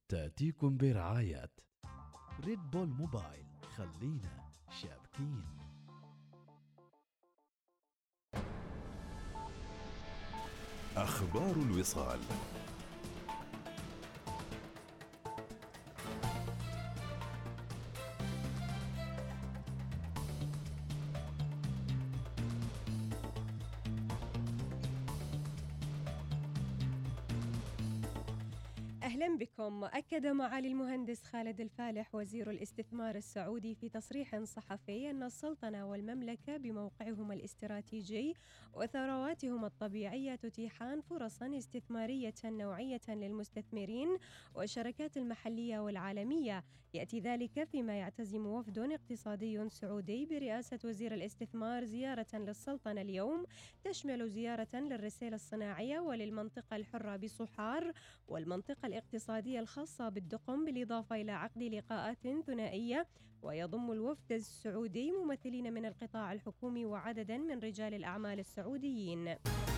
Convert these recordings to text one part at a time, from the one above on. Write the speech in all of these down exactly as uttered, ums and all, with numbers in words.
تأتيكم برعاية ريد بول موبايل، خلينا شابكين. أخبار الوصال. أهلا بكم. أكد معالي المهندس خالد الفالح وزير الاستثمار السعودي في تصريح صحفي أن السلطنة والمملكة بموقعهما الاستراتيجي وثرواتهما الطبيعية تتيحان فرصا استثمارية نوعية للمستثمرين والشركات المحلية والعالمية. يأتي ذلك فيما يعتزم وفد اقتصادي سعودي برئاسة وزير الاستثمار زيارة للسلطنة اليوم، تشمل زيارة للرسالة الصناعية وللمنطقة الحرة بصحار والمنطقة الاقتصادية الخاصة بالدقم، بالإضافة إلى عقد لقاءات ثنائية. ويضم الوفد السعودي ممثلين من القطاع الحكومي وعددا من رجال الأعمال السعوديين.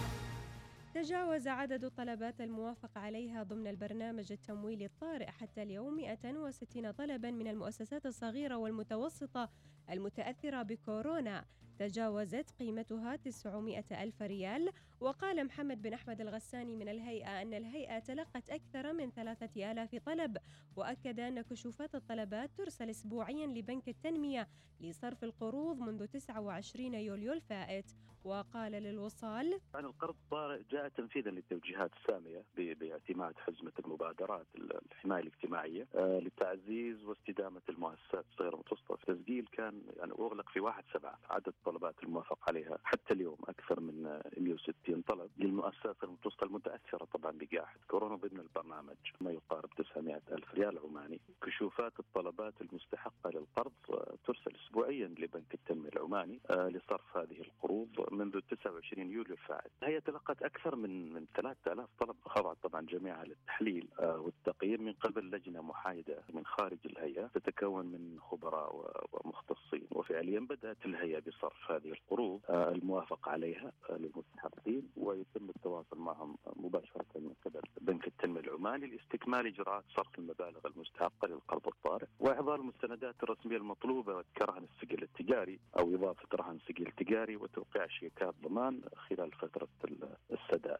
تجاوز عدد الطلبات الموافق عليها ضمن البرنامج التمويلي الطارئ حتى اليوم مئة وستين طلبا من المؤسسات الصغيرة والمتوسطة المتأثرة بكورونا، تجاوزت قيمتها تسعمئة ألف ريال. وقال محمد بن أحمد الغساني من الهيئة أن الهيئة تلقت أكثر من ثلاثة آلاف طلب، وأكد أن كشوفات الطلبات ترسل أسبوعيا لبنك التنمية لصرف القروض منذ تسعة وعشرين يوليو الفائت. وقال للوصال: عن القرض الطارئ جاء تنفيذا للتوجيهات السامية باعتماد حزمة المبادرات الحماية الاجتماعية لتعزيز واستدامة المؤسسات الصغيرة والمتوسطة. التسجيل كان يعني أغلق في واحد سبعة. عدد الطلبات الموافق عليها حتى اليوم أكثر من مئة وستين طلب للمؤسسات المتوسطة المتأثرة طبعا بجائحة كورونا ضمن البرنامج، ما يقارب تسعمئة ألف ريال عماني. كشوفات الطلبات المستحقة للقرض ترسل أسبوعيا لبنك التنمية العماني لصرف هذه القروض منذ تسعة وعشرين يوليو الفائت. هي تلقت أكثر من من ثلاثة آلاف طلب، خضعت طبعا جميعها للتحليل والتقييم من قبل لجنة محايدة من خارج الهيئة تتكون من خبراء ومختصين. وفعليا بدأت الهيئة بصرف هذه القروض الموافق عليها للمستحقين، ويتم التواصل معهم مباشرة من قبل بنك التنمية العماني لاستكمال إجراءات صرف المبالغ المستحقة للقرض الطارئ وإحضار المستندات الرسمية المطلوبة كرهن السجل التجاري أو إضافة رهن سجل تجاري وتوقيع شيكات ضمان خلال فترة السداد.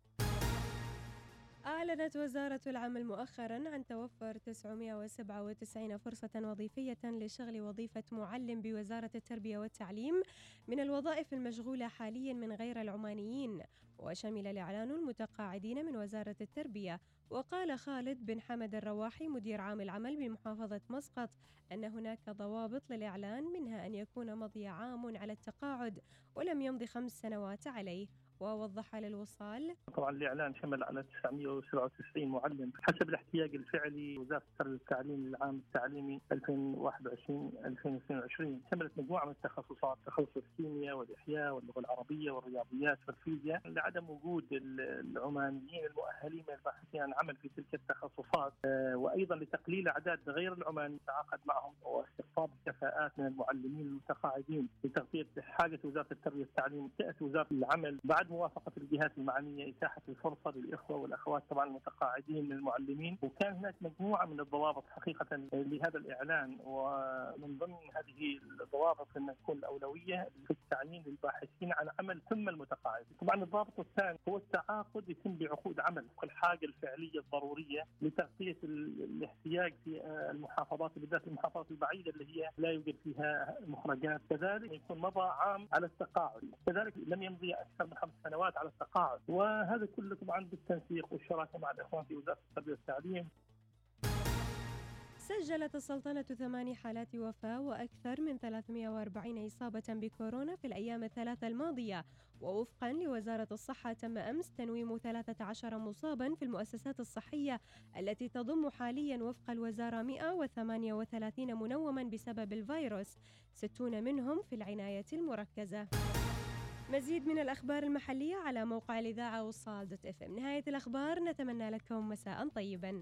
أعلنت وزارة العمل مؤخرا عن توفر تسعمئة وسبعة وتسعين فرصة وظيفية لشغل وظيفة معلم بوزارة التربية والتعليم من الوظائف المشغولة حاليا من غير العمانيين، وشمل الإعلان المتقاعدين من وزارة التربية. وقال خالد بن حمد الرواحي مدير عام العمل بمحافظة مسقط أن هناك ضوابط للإعلان، منها أن يكون مضي عام على التقاعد ولم يمضي خمس سنوات عليه. ووضح للوصال: طبعا الإعلان شمل على تسعمئة وسبعة وتسعين معلم حسب الاحتياج الفعلي وزارة التربية والتعليم للعام التعليمي ألفين وواحد وعشرين ألفين واثنين وعشرين. شملت مجموعة من التخصصات، تخصص الكيمياء والإحياء واللغة العربية والرياضيات والفيزياء، لعدم وجود العمانيين المؤهلين من الباحثين عن عمل في تلك التخصصات، وأيضا لتقليل أعداد غير العمانيين تعاقد معهم واستقطاب الكفاءات من المعلمين المتقاعدين لتغطية حاجة وزارة التربية والتعليم. تأتي وزارة العمل بعد موافقة الجهات المعنية إتاحة الفرصة للإخوة والأخوات طبعا المتقاعدين من المعلمين، وكان هناك مجموعة من الضوابط حقيقة لهذا الإعلان، ومن ضمن هذه الضوابط أن تكون الأولوية في التعيين للباحثين عن عمل ثم المتقاعد. طبعا الضابط الثاني هو التعاقد يتم بعقود عمل الحاجة الفعلية الضرورية لتغطية الاحتياج في المحافظات بالذات المحافظات البعيدة اللي هي لا يوجد فيها مخرجات. كذلك يكون مضى عام على التقاعد، كذلك لم يمضي أكثر من خمس سنوات على التقاعد، وهذا كله طبعا بالتنسيق والشراكة مع الإخوان في وزارة التربية والتعليم. سجلت السلطنة ثماني حالات وفاة وأكثر من ثلاثمئة وأربعين إصابة بكورونا في الأيام الثلاثة الماضية، ووفقا لوزارة الصحة تم أمس تنويم ثلاثة عشر مصابا في المؤسسات الصحية التي تضم حاليا وفق الوزارة مئة وثمانية وثلاثين منوما بسبب الفيروس، ستون منهم في العناية المركزة. مزيد من الأخبار المحلية على موقع الإذاعة وصال دوت اف ام. نهاية الأخبار، نتمنى لكم مساء طيبا.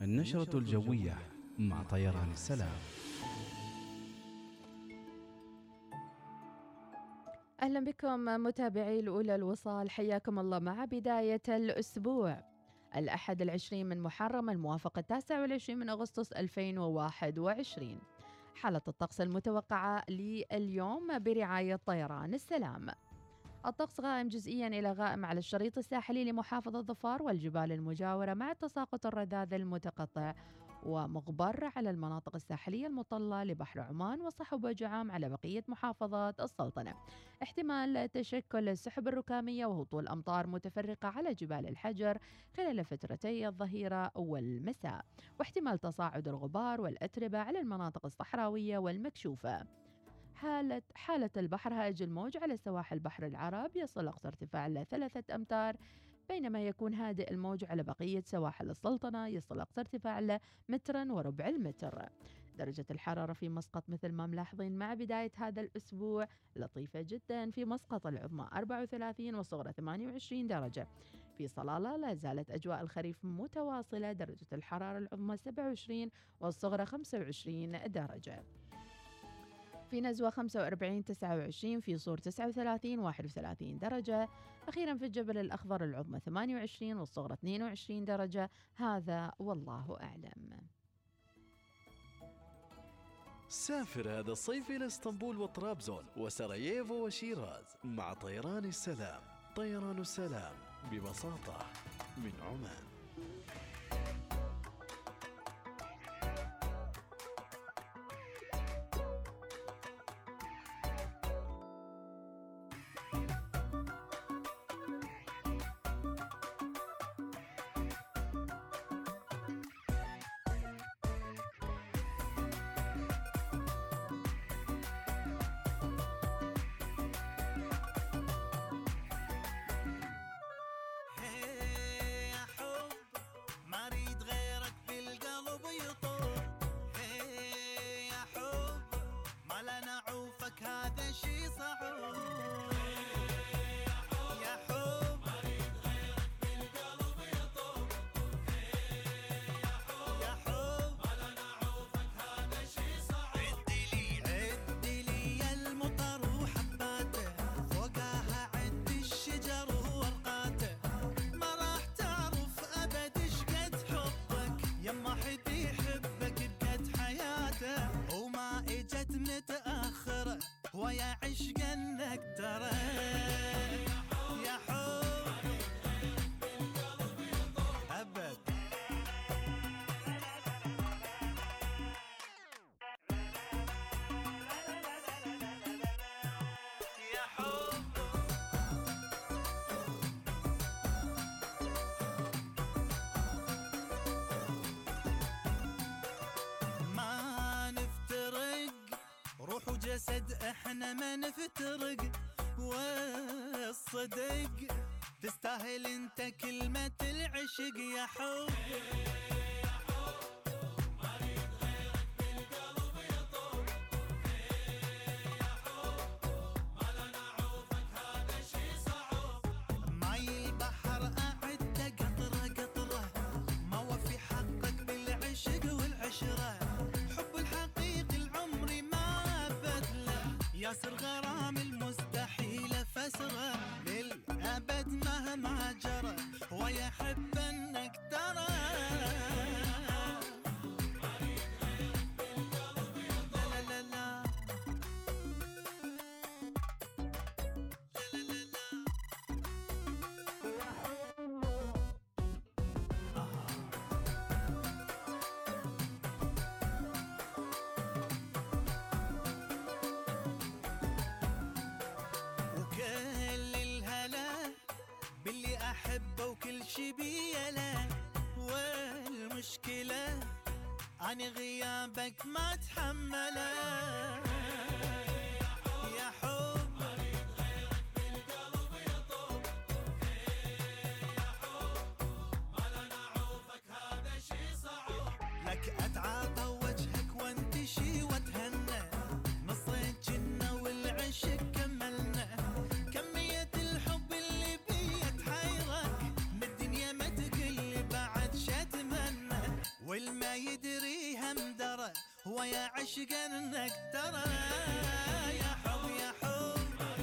النشرة الجوية مع طيران السلام. أهلا بكم متابعي الأولى الوصال، حياكم الله مع بداية الأسبوع الأحد العشرين من محرم الموافق التاسع والعشرين من أغسطس ألفين وواحد وعشرين. حالة الطقس المتوقعة لليوم برعاية طيران السلام. الطقس غائم جزئيا إلى غائم على الشريط الساحلي لمحافظة ظفار والجبال المجاورة مع تساقط الرذاذ المتقطع، ومغبر على المناطق الساحلية المطلة لبحر عمان، وصحب وجعام على بقية محافظات السلطنة. احتمال تشكل السحب الركامية وهطول أمطار متفرقة على جبال الحجر خلال فترتي الظهيرة والمساء، واحتمال تصاعد الغبار والأتربة على المناطق الصحراوية والمكشوفة. حالة حالة البحر هائج الموج على سواحل بحر العرب يصل أقصى ارتفاع إلى ثلاثة أمتار، بينما يكون هادئ الموج على بقية سواحل السلطنة يصل أقصى ارتفاع إلى مترا وربع المتر. درجة الحرارة في مسقط مثل ما ملاحظين مع بداية هذا الأسبوع لطيفة جدا. في مسقط العظمى أربعة وثلاثين والصغرى ثمانية وعشرين درجة. في صلالة لا زالت أجواء الخريف متواصلة، درجة الحرارة العظمى سبعة وعشرين والصغرى خمسة وعشرين درجة. في نزوة خمسة وأربعين تسعة وعشرين، في صور تسعة وثلاثين واحد وثلاثين درجة. أخيرا في الجبل الأخضر العظمى ثمانية وعشرين والصغرى اثنين وعشرين درجة. هذا والله أعلم. سافر هذا الصيف إلى اسطنبول وطرابزون وسراييفو وشيراز مع طيران السلام. طيران السلام ببساطة من عمان. ويا عشق انك ترى يا حب ابد. يا حب ما نفترق روح وجسد، احنا ما نفترق والصدق تستاهل انت كلمة العشق يا حب. مريض غيرك بالقلب يطوب يا حب، ما لنا عوفك هذا شي صعب. ماي البحر أعد قطرة قطرة، ما وفي حقك بالعشق والعشرة. حب الحقيقي العمري ما بدله، ياسر غرام المستحيل فسره للأبد مهما جرى، ويحب انك ترى. لا لا لا لا وكل الهلا باللي أحبه وكل شي بيله، والمشكلة عن غيابك ما تحمله يا حب. مريض غيرك بالقلب يطوب يا حب، ما لنا عوفك هذا شي صعب. لك أتعاطى وجهك وانتشي واتهنى، نصيت جنة والعشق كملنا. كمية الحب اللي بيا تحيرك، من الدنيا ما تقل بعد شتمنا. يا عشق انك ترى يا حب يا حب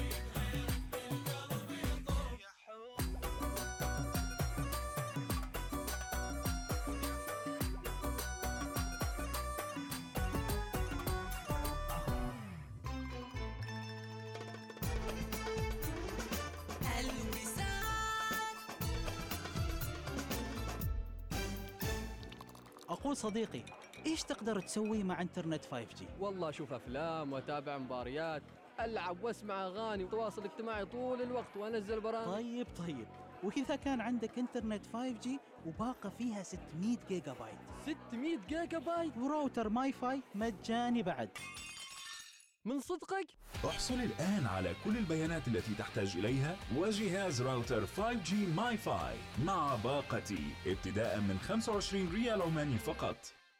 أقول صديقي، إيش تقدر تسوي مع إنترنت فايف جي؟ والله أشوف أفلام وأتابع مباريات، ألعب وأسمع أغاني وتواصل اجتماعي طول الوقت وأنزل برامج. طيب طيب، وإذا كان عندك إنترنت فايف جي وباقة فيها ستمية جيجا بايت ستمية جيجا بايت وراوتر ماي فاي مجاني بعد. من صدقك؟ احصل الآن على كل البيانات التي تحتاج إليها وجهاز راوتر فايف جي ماي فاي مع باقتي ابتداء من خمسة وعشرين ريال عماني فقط.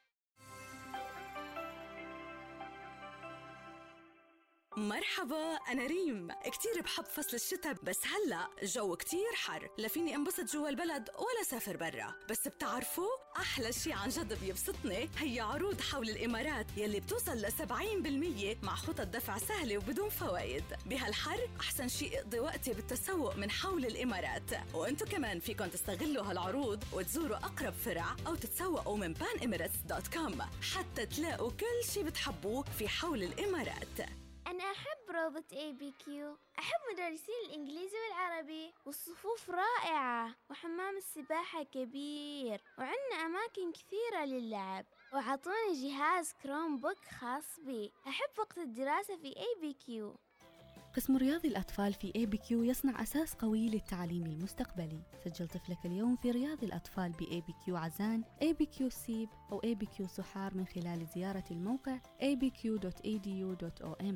مرحبا، أنا ريم. كتير بحب فصل الشتاء، بس هلأ جو كتير حر، لا فيني انبسط جوا البلد ولا سافر برا. بس بتعرفوا أحلى شي عن جد بيبسطني هي عروض حول الإمارات يلي بتوصل ل سبعين بالمية مع خطط دفع سهلة وبدون فوائد. بهالحر أحسن شي اقضي وقتي بالتسوق من حول الإمارات، وانتو كمان فيكن تستغلوا هالعروض وتزوروا أقرب فرع أو تتسوقوا من بان إماراتس دوت كوم حتى تلاقوا كل شي بتحبوه في حول الإمارات. أنا أحب روضة إيه بي كيو، أحب مدرسين الإنجليزي والعربي، والصفوف رائعة، وحمام السباحة كبير، وعندنا أماكن كثيرة للعب، وعطوني جهاز كروم بوك خاص بي. أحب وقت الدراسة في إيه بي كيو. قسم رياض الأطفال في إيه بي كيو يصنع أساس قوي للتعليم المستقبلي. سجل طفلك اليوم في رياض الأطفال ب إيه بي كيو عزان، إيه بي كيو سيب أو إيه بي كيو سحار من خلال زيارة الموقع إيه بي كيو دوت إيه دي يو دوت أو إم.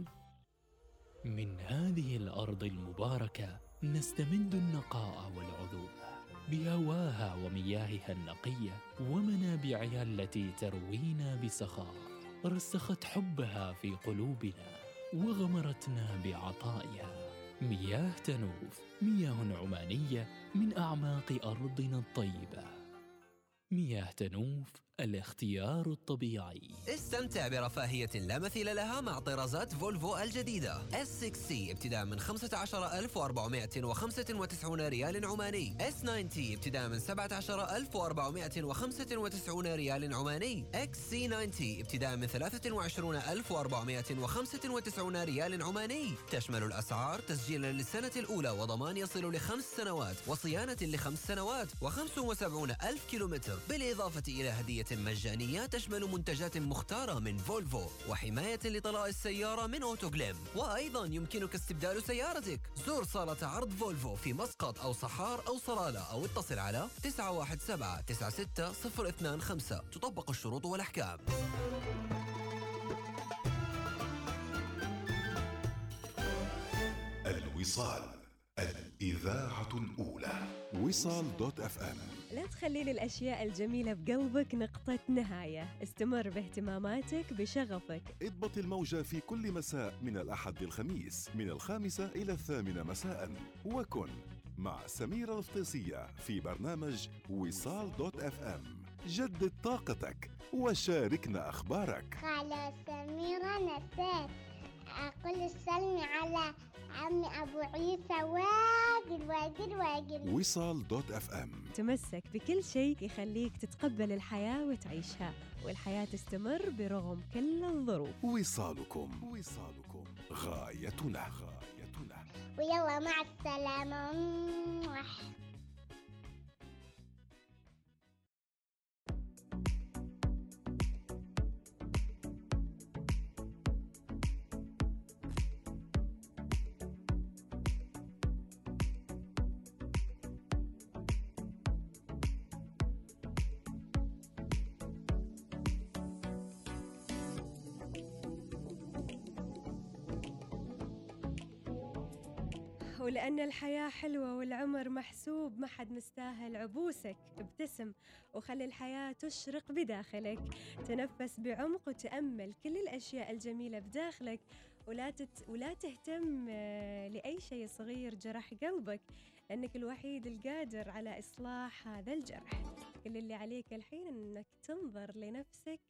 من هذه الأرض المباركة نستمد النقاء والعذوبة بهواها ومياهها النقية ومنابعها التي تروينا بسخاء. رسخت حبها في قلوبنا وغمرتنا بعطائها. مياه تنوف، مياه عمانية من أعماق أرضنا الطيبة. مياه تنوف، الاختيار الطبيعي. استمتع برفاهية لا مثيل لها مع طرازات فولفو الجديدة إس ستة سي ابتداء من خمسة عشر ألف وأربعمائة وخمسة وتسعين ريال عماني، إس تسعين ابتداء من سبعة عشر ألف وأربعمائة وخمسة وتسعين ريال عماني، إكس سي تسعين ابتداء من ثلاثة وعشرين ألف وأربعمائة وخمسة وتسعين ريال عماني. تشمل الأسعار تسجيلا للسنة الأولى وضمان يصل لخمس سنوات وصيانة لخمس سنوات وخمس وسبعين ألف كيلومتر، بالإضافة إلى هدية مجانية تشمل منتجات مختارة من فولفو وحماية لطلاء السيارة من أوتوغليم. وأيضا يمكنك استبدال سيارتك. زور صالة عرض فولفو في مسقط أو صحار أو صلالة أو اتصل على تسعة واحد سبعة تسعة ستة صفر اثنان خمسة. تطبق الشروط والأحكام. الوصال، الإذاعة الأولى. وصال دوت اف ام. لا تخلي للأشياء الجميلة بقلبك نقطة نهاية. استمر باهتماماتك بشغفك. اضبط الموجة في كل مساء من الأحد للخميس من الخامسة إلى الثامنة مساء، وكن مع سميرة الفطيسية في برنامج وصال دوت اف ام. جدد طاقتك وشاركنا أخبارك. خالة سميرة نسيت أقول السلم على عمي أبو عيسى واجد واجد واجد. وصال دوت اف ام. تمسك بكل شيء يخليك تتقبل الحياة وتعيشها، والحياة تستمر برغم كل الظروف. وصالكم وصالكم غايتنا غايتنا. ويلا مع السلامة. ولأن الحياة حلوة والعمر محسوب ما حد مستاهل عبوسك. ابتسم وخلي الحياة تشرق بداخلك. تنفس بعمق وتأمل كل الأشياء الجميلة بداخلك، ولا تت... ولا تهتم لأي شيء صغير جرح قلبك، لأنك الوحيد القادر على إصلاح هذا الجرح. كل اللي عليك الحين أنك تنظر لنفسك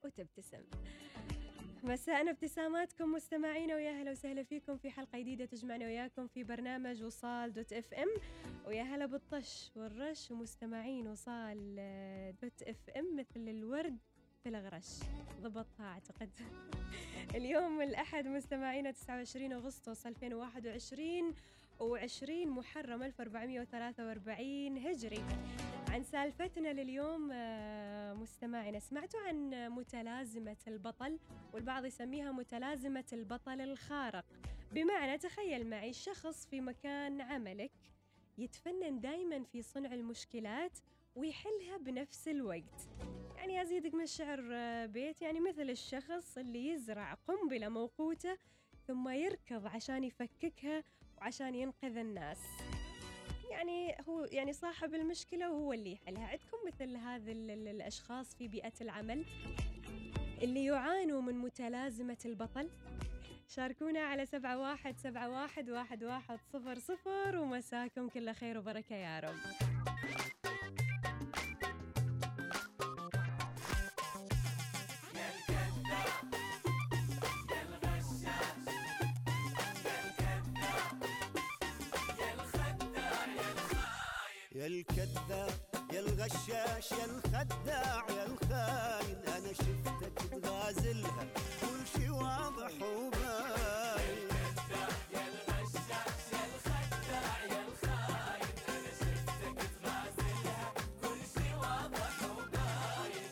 وتبتسم. مساءنا ابتساماتكم مستمعينا، ويا هلا وسهلا فيكم في حلقة جديدة تجمعنا وياكم في برنامج وصال دوت اف ام. ويا هلا بالطش والرش ومستمعين وصال دوت اف ام مثل الورد في الغرش، ضبطها اعتقد. اليوم الأحد مستمعينا تسعة وعشرين أغسطس ألفين وواحد وعشرين وعشرين محرم ألف وأربعمائة وثلاثة وأربعين هجري. عن سالفتنا لليوم مستمعينا، سمعتوا عن متلازمة البطل، والبعض يسميها متلازمة البطل الخارق. بمعنى تخيل معي شخص في مكان عملك يتفنن دايما في صنع المشكلات ويحلها بنفس الوقت. يعني أزيدك من الشعر بيت، يعني مثل الشخص اللي يزرع قنبلة موقوتة ثم يركض عشان يفككها وعشان ينقذ الناس. يعني هو يعني صاحب المشكلة وهو اللي يحلها. عندكم مثل هذه الأشخاص في بيئة العمل اللي يعانوا من متلازمة البطل؟ شاركونا على سبعة واحد سبعة واحد واحد واحد صفر صفر، ومساكم كل خير وبركة يا رب. يا الكذاب يا الغشاش يا الخداع يا الخاين، أنا شفتك تغازلها كل شي واضح وباين. يا الغشاش يا الخداع يا الخاين، أنا شفتك تغازلها كل شي واضح وباين.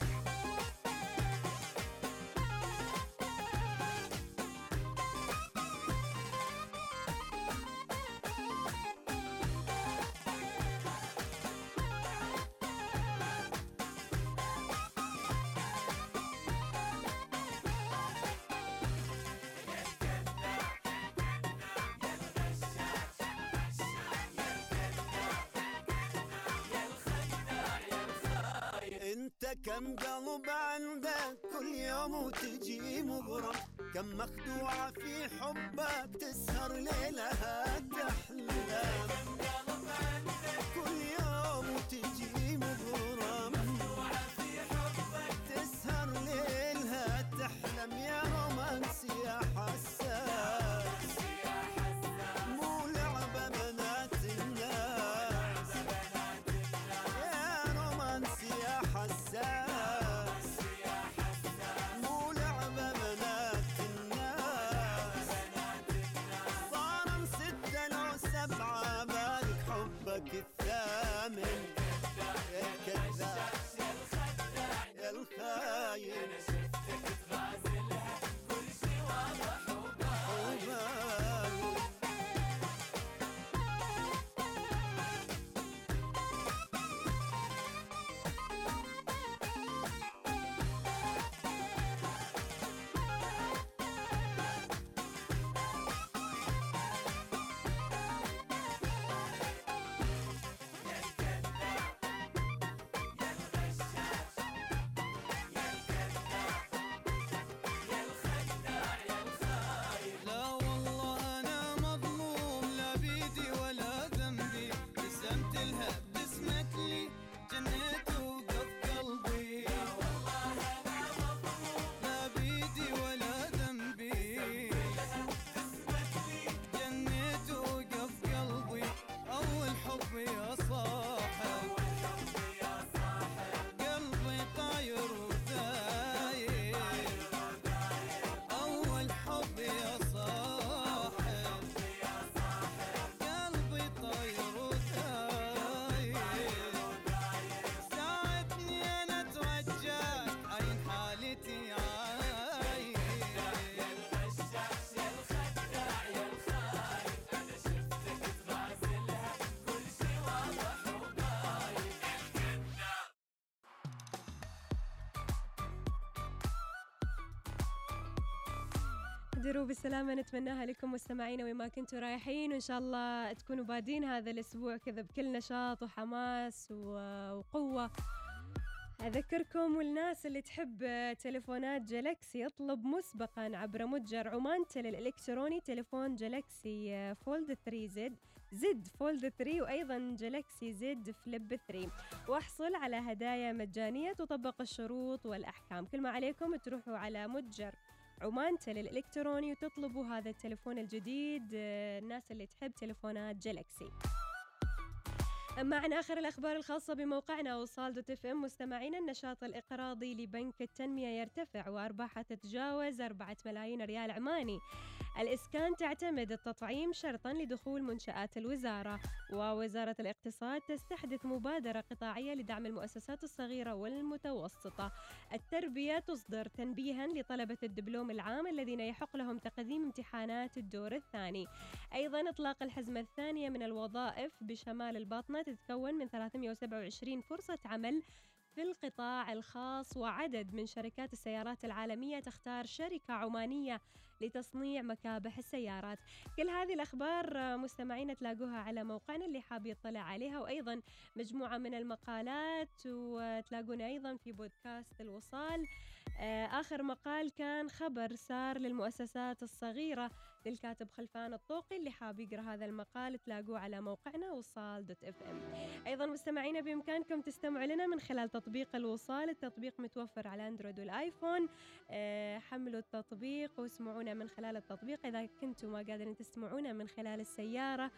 انت كم قلب عندك كل يوم وتجي مغرم، كم مخدوعة في حبك تسهر ليلها تحلم. كم قلب عندك كل يوم وتجي مغرم، مخدوعة في حبك تسهر ليلها تحلم. يا رومانسي يا حساس، مو لعبة بنات الناس. يا رومانسي يا حساس، مو لعبة بنات الناس. صار ستة لو سبعة بالك حبك الثامن. يا الكذاب يا الخداع يا الخاين، أنا شفتك تغازلها كل شي واضح وباين. لا والله أنا مظلوم، لا بيدي ولا ذنبي، ابتسمت لها ابتسمت لي جنيت وقف قلبي. لا والله أنا مظلوم، لا بيدي ولا ذنبي، ابتسمت لي جنيت وقف قلبي. أول حب يا صاحب، قلبي طاير وداير. أول حب يا صاحب، قلبي طاير وداير. ساعدني أنا أتوجهك عين حالتي عاير. يا الغشاش يا الخداع يا الخاين، أنا شفتك تغازلها كل شي واضح وباين. دروا بالسلامة نتمناها لكم مستمعينا وين ما كنتوا رايحين، وإن شاء الله تكونوا بادين هذا الأسبوع كذا بكل نشاط وحماس و- وقوة. أذكركم والناس اللي تحب تليفونات جالكسي اطلب مسبقا عبر متجر عمان تل الإلكتروني تليفون جالكسي فولد ثري زد زد فولد ثلاثة وأيضا جالكسي زد فليب ثلاثة، واحصل على هدايا مجانية تطبق الشروط والأحكام. كل ما عليكم تروحوا على متجر عمان تل الإلكتروني وتطلبوا هذا التليفون الجديد، الناس اللي تحب تليفونات جالكسي. معنا آخر الأخبار الخاصة بموقعنا وصال دوت اف ام. مستمعين، النشاط الإقراضي لبنك التنمية يرتفع وأرباحه تتجاوز أربعة ملايين ريال عماني. الإسكان تعتمد التطعيم شرطا لدخول منشآت الوزارة. ووزارة الاقتصاد تستحدث مبادرة قطاعية لدعم المؤسسات الصغيرة والمتوسطة. التربية تصدر تنبيها لطلبة الدبلوم العام الذين يحق لهم تقديم امتحانات الدور الثاني. أيضا إطلاق الحزمة الثانية من الوظائف بشمال الباطنة تتكون من ثلاثمئة وسبعة وعشرين فرصة عمل في القطاع الخاص. وعدد من شركات السيارات العالمية تختار شركة عمانية لتصنيع مكابح السيارات. كل هذه الأخبار مستمعين تلاقوها على موقعنا اللي حاب يطلع عليها، وأيضا مجموعة من المقالات وتلاقونا أيضا في بودكاست الوصال. آخر مقال كان خبر سار للمؤسسات الصغيرة للكاتب خلفان الطوقي، اللي حاب يقرأ هذا المقال تلاقوه على موقعنا وصال دوت اف ام. أيضا مستمعين بإمكانكم تستمعوا لنا من خلال تطبيق الوصال. التطبيق متوفر على أندرويد والآيفون. أه حملوا التطبيق واسمعونا من خلال التطبيق إذا كنتم ما قادرين تسمعونا من خلال السيارة.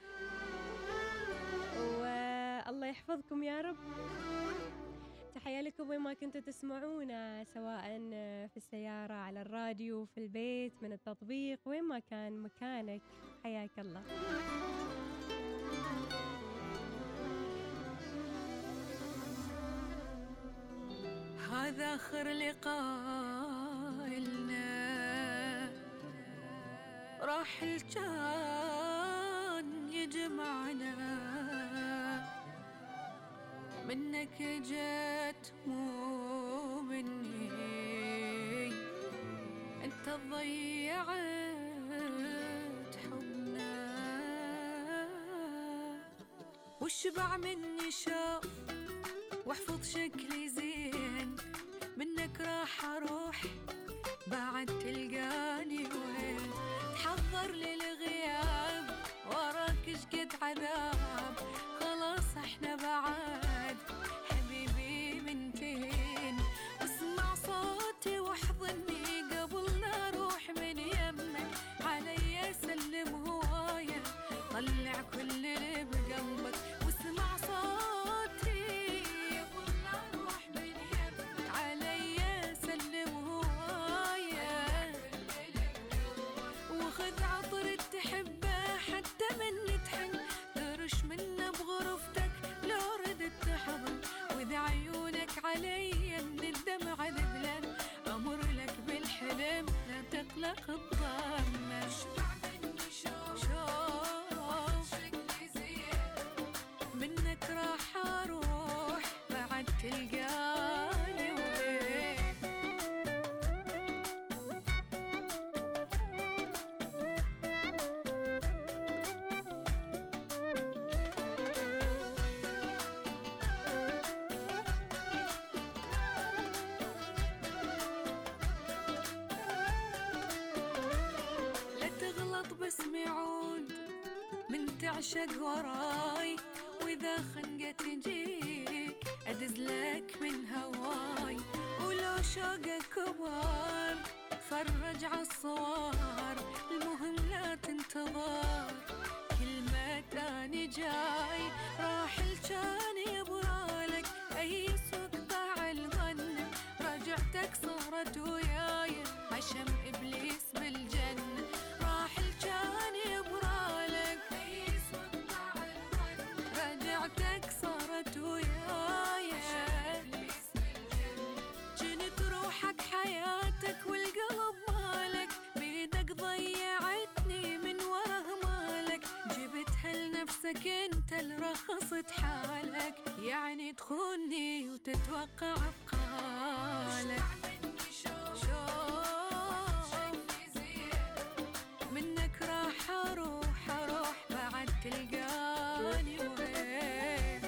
والله يحفظكم يا رب. تحية لكم وين ما كنتوا تسمعونا، سواء في السيارة، على الراديو، في البيت، من التطبيق، وين ما كان مكانك، حياك الله. هذا آخر لقاء لنا، راح الكان يجمعنا، منك جات مو مني، انت ضيعت حبنا، والشبع مني شاف واحفظ شكلي زين، منك راح اروح بعد تلقاني وين، تحضر للغياب وراك شقد عذاب، خلاص احنا بعد حبيبي منتين، اسمع صوتي واحضني قبل لا اروح من يمك، علي سلم هوايا طلع كل اللي بقلبك، واسمع صوتي قبل لا اروح من يمك، علي سلم هوايا، وخذ عطر تحبه حتى مني تحن، ترش منه بغرفتك لو ردت تحضن، واذا عيونك علي من الدمع ذبلن، امر لك بالحلم لا تقلق الظن، اشبع مني شوف شكلي زين، منك راح اروح بعد تلقاني وين. باسمي عود من تعشق وراي، واذا خنقة تجيك ادزلك من هواي، ولو شوقك كبار فرج عالصوار، المهم لا تنتظر كلمة اني جاي، راح الجان يبرالك اي سوق ضاع الظن، رجعتك صارت وياي عشم ابليس بالجنة، راح الجان يبرالك اي سوق ضاع الظن، رجعتك صارت وياي عشم ابليس بالجنة، جنت روحك حياتك والقلب مالك، بيدك ضيعتني من ورا مالك، جبتها لنفسك انت اللي رخصت حالك، يعني تخوني وتتوقع بقالك، منك راح اروح اروح بعد تلقاني وين.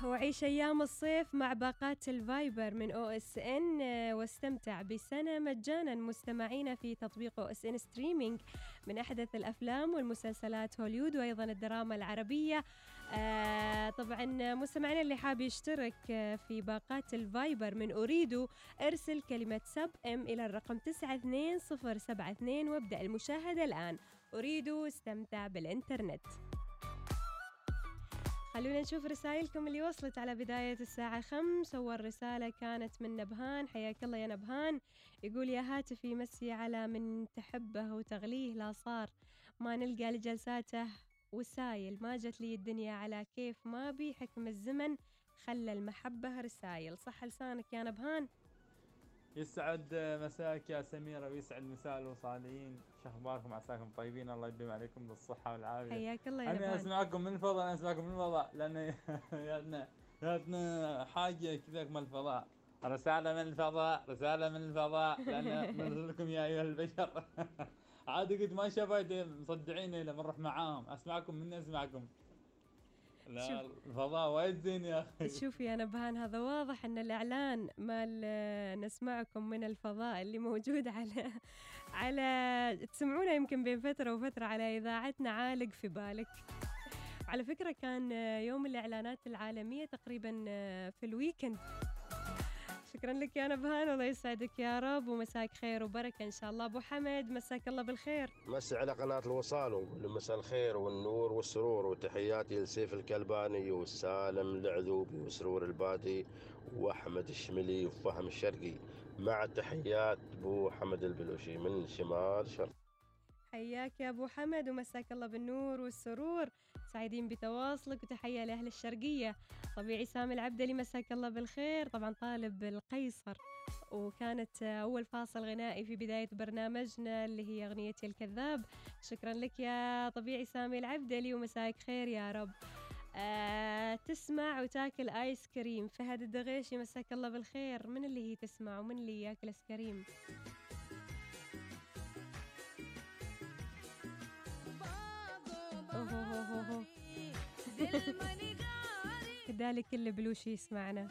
وعيش أيام الصيف مع باقات الفايبر من أو إس إن واستمتع بسنة مجانا مستمعين في تطبيق أو إس إن ستريمينج من أحدث الأفلام والمسلسلات هوليود وأيضا الدراما العربية. آه طبعا مستمعين اللي حاب يشترك في باقات الفايبر من أريدو ارسل كلمة سب ام إلى الرقم تسعة اثنين صفر سبعة اثنين وابدأ المشاهدة الآن. أريدو استمتع بالإنترنت. خلونا نشوف رسائلكم اللي وصلت على بداية الساعة خمس. أول رسالة كانت من نبهان، حياك الله يا نبهان. يقول يا هاتفي مسي على من تحبه وتغليه لا صار ما نلقى لجلساته وسايل ما جت لي الدنيا على كيف ما بي حكم الزمن خلى المحبة رسايل. صح لسانك يا نبهان. يسعد مساك يا سميرة ويسعد مساء الوصاليين. شو اخباركم؟ عساكم طيبين، الله يديم عليكم بالصحة والعافية. حياك الله يا نبهان. نبهان. انا اسمعكم من الفضاء، انا اسمعكم من الفضاء لان جاتنا جاتنا حاجة كذا من الفضاء، رسالة من الفضاء، رسالة من الفضاء لان نرسل لكم يا ايها البشر. عاد قد ما شفت مصدعين لما نروح معاهم. اسمعكم من اسمعكم. لا الفضاء وايد زين يا اخي. شوف يا نبهان، هذا واضح ان الاعلان مال نسمعكم من الفضاء اللي موجود على على تسمعونه يمكن بين فتره وفتره على اذاعتنا عالق في بالك. على فكره كان يوم الاعلانات العالميه تقريبا في الويكند. شكرا لك يا نبهان، الله يسعدك يا رب ومساك خير وبركه ان شاء الله. ابو حمد مساك الله بالخير. مسي على قناة الوصال ونقول مساء الخير والنور والسرور وتحياتي لسيف الكلباني وسالم العذوبي وسرور البادي واحمد الشملي وفهم الشرقي مع تحيات ابو حمد البلوشي من شمال شرق. حياك يا ابو حمد ومساك الله بالنور والسرور، سعيدين بتواصلك وتحيه لاهل الشرقيه. طبيعي سامي العبدلي مساك الله بالخير، طبعا طالب القيصر وكانت اول فاصل غنائي في بدايه برنامجنا اللي هي اغنيتي الكذاب. شكرا لك يا طبيعي سامي العبدلي ومساك خير يا رب. آه تسمع وتاكل ايس كريم. فهد الدغيشي مساك الله بالخير. من اللي هي تسمع ومن اللي ياكل ايس كريم؟ أوه. كذلك كل بلوشي يسمعنا.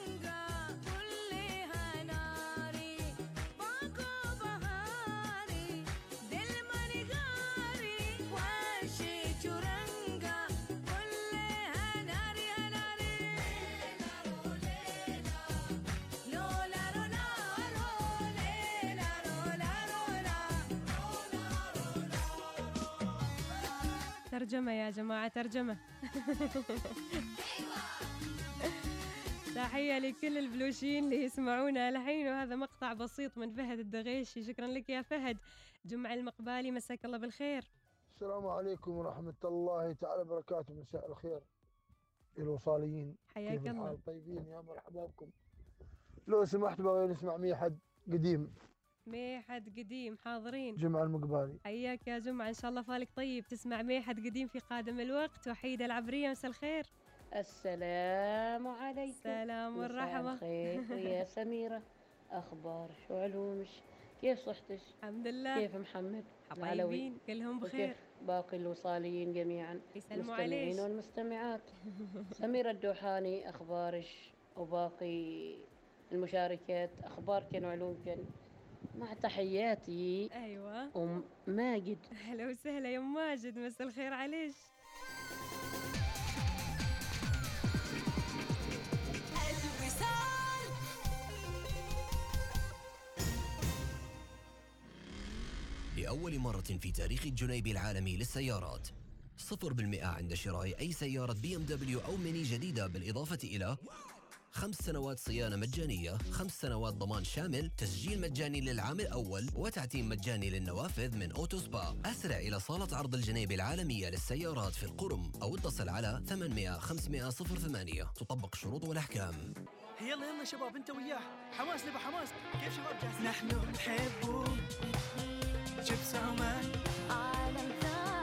ترجمة يا جماعة، ترجمة. تحية لكل البلوشين اللي يسمعونا الحين، وهذا مقطع بسيط من فهد الدغيشي. شكرا لك يا فهد. جمع المقبالي مساك الله بالخير. السلام عليكم ورحمة الله تعالى وبركاته. مساء الخير الوصاليين، حياك الله. طيبين يا مرحبا بكم. لو سمحت بغي نسمع ميحد قديم. ميحد قديم حاضرين. جمعة المقبالي. حياك يا جمعة، إن شاء الله فالك طيب تسمع ميحد قديم في قادم الوقت. وحيدة العبرية مساء الخير. السلام عليكم. السلام والرحمة. الخير ويا سميرة، أخبار شو علومش؟ كيف صحتش؟ الحمد لله. كيف محمد؟ طيبين كلهم بخير. وكيف باقي الوصاليين جميعا؟ يسلموا عليك. المستمعين والمستمعات. سميرة الدوحاني أخبارش وباقي المشاركات أخباركن وعلومكن؟ مع تحياتي. أيوة أم ماجد. أهلا وسهلا يا أم ماجد، مساء الخير عليش. الوصال. لأول مرة في تاريخ الجنيبي العالمي للسيارات، صفر بالمئة عند شراء أي سيارة بي ام دبليو أو ميني جديدة، بالإضافة إلى خمس سنوات صيانة مجانية، خمس سنوات ضمان شامل، تسجيل مجاني للعام الأول، وتعتيم مجاني للنوافذ من أوتو سبا. أسرع إلى صالة عرض الجنيبي العالمية للسيارات في القرم أو اتصل على ثمانمئة خمسمئة صفر ثمانية. تطبق الشروط والأحكام. يلا يلا شباب انت وياه، حماس نبى حماس. كيف شباب جاهزين؟ نحن نحبه شيبس عمان، عالم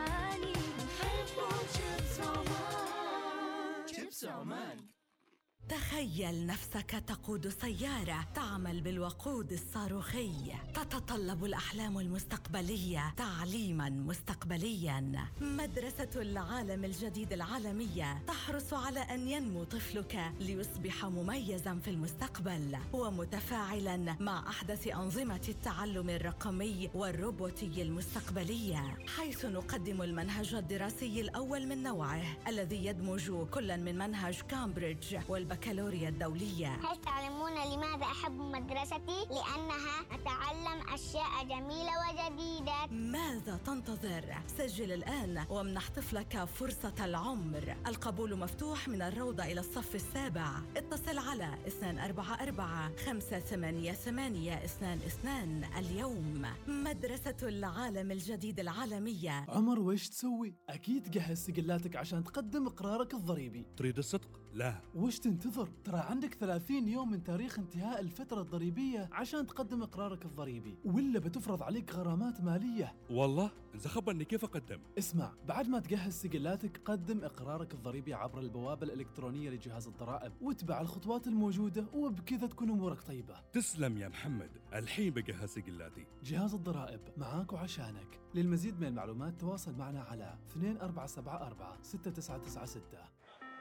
ثاني نحبه شيبس عمان. شيبس عمان. تخيل نفسك تقود سيارة تعمل بالوقود الصاروخي. تتطلب الأحلام المستقبلية تعليماً مستقبلياً. مدرسة العالم الجديد العالمية تحرص على أن ينمو طفلك ليصبح مميزاً في المستقبل ومتفاعلاً مع أحدث أنظمة التعلم الرقمي والروبوتي المستقبلية، حيث نقدم المنهج الدراسي الأول من نوعه الذي يدمج كل من منهج كامبريدج والبكالوريا الدولية. هل تعلمون لماذا أحب مدرستي؟ لأنها أتعلم أشياء جميلة وجديدة. ماذا تنتظر؟ سجل الآن وامنح طفلك فرصة العمر. القبول مفتوح من الروضة إلى الصف السابع. اتصل على اثنين أربعة أربعة خمسة ثمانية ثمانية اثنان اثنان اليوم. مدرسة العالم الجديد العالمية. عمر، ويش تسوي؟ أكيد تجهز سجلاتك عشان تقدم إقرارك الضريبي. تريد الصدق؟ لا. وش تنتظر؟ ترى عندك ثلاثين يوم من تاريخ انتهاء الفترة الضريبية عشان تقدم إقرارك الضريبي، ولا بتفرض عليك غرامات مالية. والله؟ إذا خبرني كيف أقدم؟ اسمع، بعد ما تجهز سجلاتك قدم إقرارك الضريبي عبر البوابة الإلكترونية لجهاز الضرائب، واتبع الخطوات الموجودة، وبكذا تكون أمورك طيبة. تسلم يا محمد، الحين بجهز سجلاتي. جهاز الضرائب معاك وعشانك. للمزيد من المعلومات تواصل معنا على اثنين أربعة سبعة أربعة ستة تسعة تسعة ستة.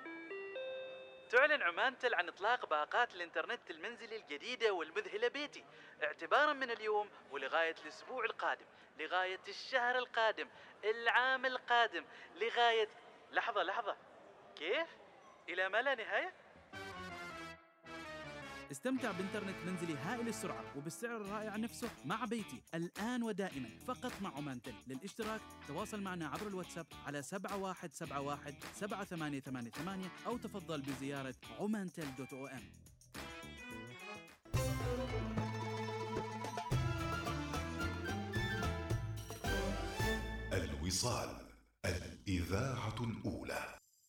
تعلن عمانتل عن إطلاق باقات الإنترنت المنزلي الجديدة والمذهلة بيتي اعتباراً من اليوم ولغاية الأسبوع القادم، لغاية الشهر القادم، العام القادم، لغاية لحظة لحظة كيف؟ إلى ما لا نهاية؟ استمتع بإنترنت منزلي هائل السرعة وبالسعر الرائع نفسه مع بيتي الآن ودائما فقط مع عمانتل. للاشتراك تواصل معنا عبر الواتساب على سبعة واحد سبعة واحد سبعة ثمانية ثمانية ثمانية أو تفضل بزيارة عمانتل دوت أو أم. الوصال، الإذاعة الأولى.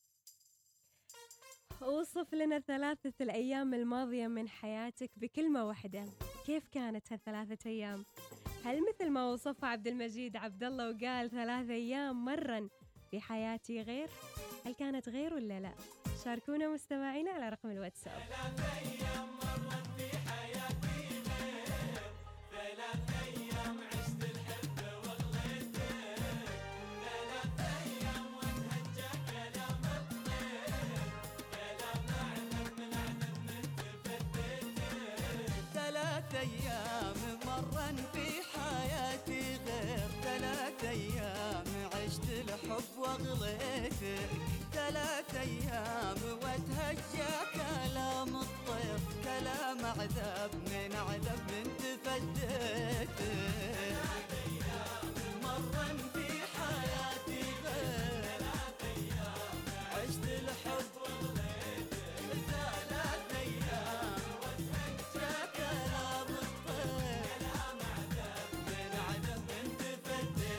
وصف لنا ثلاثة الأيام الماضية من حياتك بكلمة واحدة. كيف كانت هالثلاثة أيام؟ هل مثل ما وصفها عبد المجيد عبد الله وقال ثلاثة أيام مرن في حياتي غير؟ هل كانت غير ولا لا؟ شاركونا مستمعينا على رقم الواتساب. ثلاثة أيام مرت في حياتي غير، ثلاثة أيام عشت الحب وغليتك، ثلاثة أيام وتهجى كلام الطير، كلام أعذب من أعذب من تفتيتك. ثلاثة أيام مرن في حياتي غير، ثلاثة أيام عشت الحب وغليتك، ثلاث أيام وتهجى كلام الطير، كلام عذاب من عذاب من تفديته. ثلاث أيام مرن في حياتي غير، ثلاث أيام عشت الحب وغليته، ثلاث أيام وتهجى كلام الطير، كلام عذاب من عذاب من تفديته.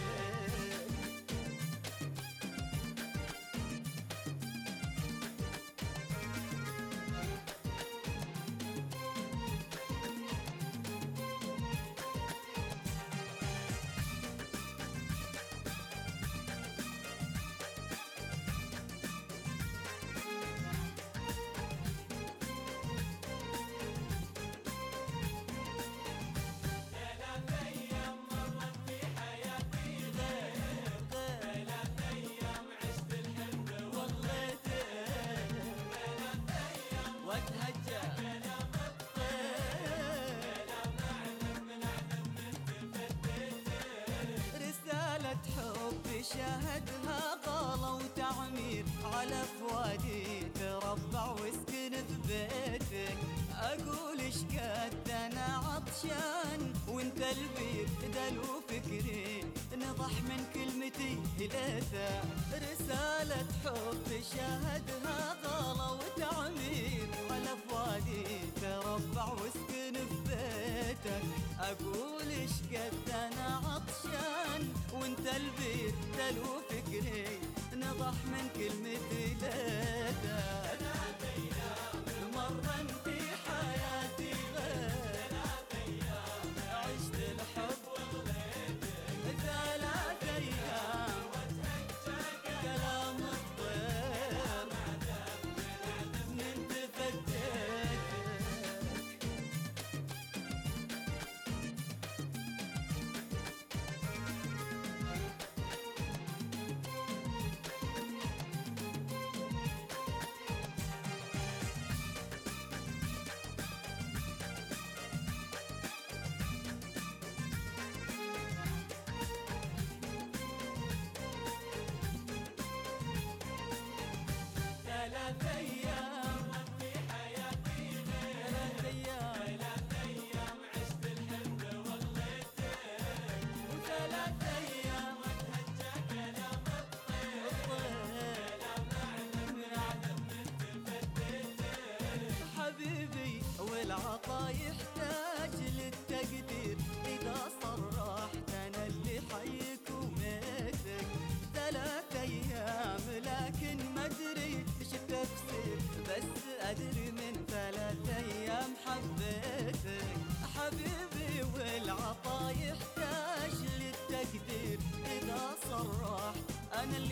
شاهدها غلا وتعمير على فؤادي تربع واسكن في بيتك. اقول ايش قد انا عطشان وانت البير دلو فكري، نضح من كلمتي اليها رسالة حب شاهدها غلا وتعمير على فؤادي تربع واسكن في بيتك. اقول ايش قد انا عطشان وانت البير دلو فكري، نضح من كلمتي ليتا. ثلاث ايام مرن في حياتي غير، ثلاث ايام عشت الحب وغليتك، ثلاث ايام وتهجى كلام الطير من تفديتك.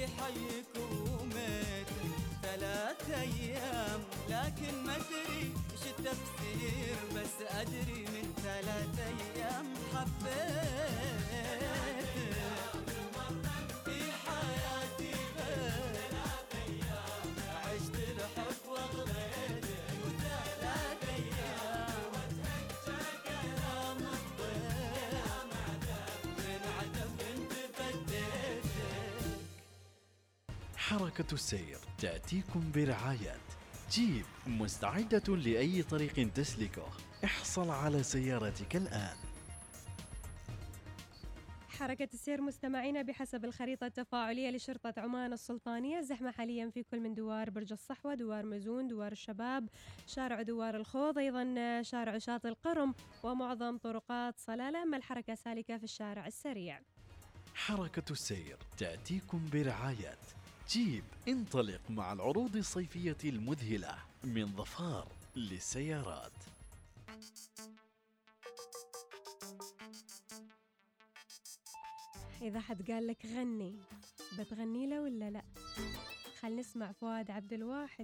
حيك وميتك ثلاث أيام، لكن ما أدري إيش التفسير، بس أدري من ثلاث أيام حبيتك في حياتي ثلاث أيام، عشت الحب وغليتك وثلاث أيام واتهجى كلام الضيف من عتب انت فديتك. حركة السير تأتيكم برعاية جيب، مستعدة لأي طريق تسلكه، احصل على سيارتك الآن. حركة السير مستمعينا بحسب الخريطة التفاعلية لشرطة عمان السلطانية، الزحمة حاليا في كل من دوار برج الصحوة، دوار مزون، دوار الشباب، شارع دوار الخوض، أيضا شارع شاطئ القرم ومعظم طرقات صلالة، أما الحركة سالكة في الشارع السريع. حركة السير تأتيكم برعاية جيب، انطلق مع العروض الصيفية المذهلة من ظفار للسيارات. إذا حد قال لك غني بتغني له ولا لا؟ خل نسمع فؤاد عبد الواحد.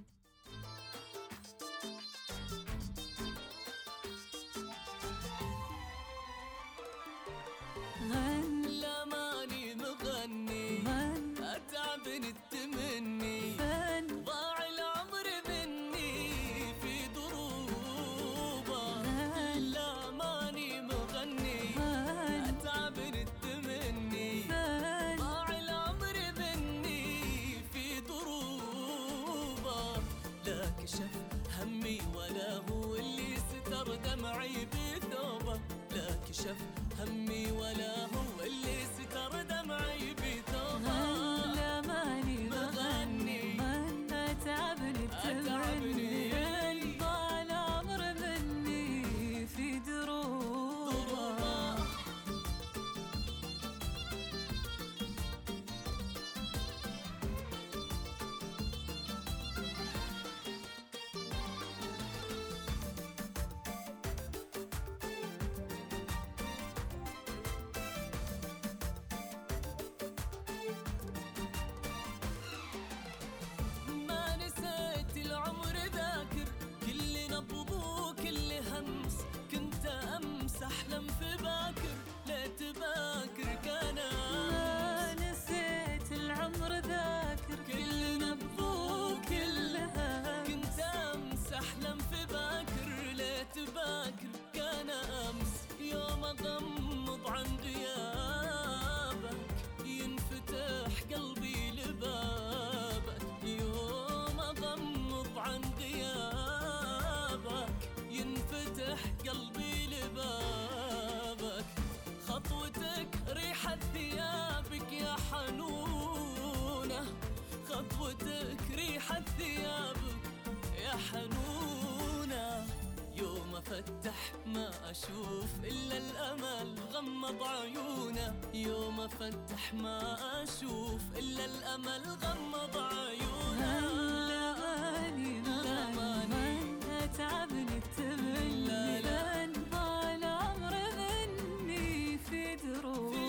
غن لا ماني مغني، من أتعب التمني، فن ضاع العمر مني في دروبه. لا ماني مغني، من أتعب التمني، فن ضاع العمر مني في دروبه. لا كشف همي ولا هو اللي ستر دمعي بثوبه، لا كشف همي ولا هو اللي ستر دمعي بثوبه. لا ماني مغني، من أتعبني بتمني، ضاع العمر مني في دروبه. ما نسيت العمر ذاكر، كل نبض وكل همس، كنت أمس أحلم في باكر، ليت باكر كان. ما نسيت العمر ذاكر، كل نبض وكل همس، كنت أمس أحلم في باكر، ليت باكر كان أمس. يوم أغمض عن غيابك ينفتح قلبي لبابك، يوم أغمض عن غيابك ينفتح قلبي لبابك. خطوتك ريحة ثيابك يا حنونة، خطوتك ريحة ثيابك يا حنونة. يوم أفتح ما أشوف إلا الأمل غمض عيونه، يوم أفتح ما أشوف إلا الأمل غمض عيونه. لا ماني مغني، من أتعبني التمني، لا ضاع العمر مني في دروبه.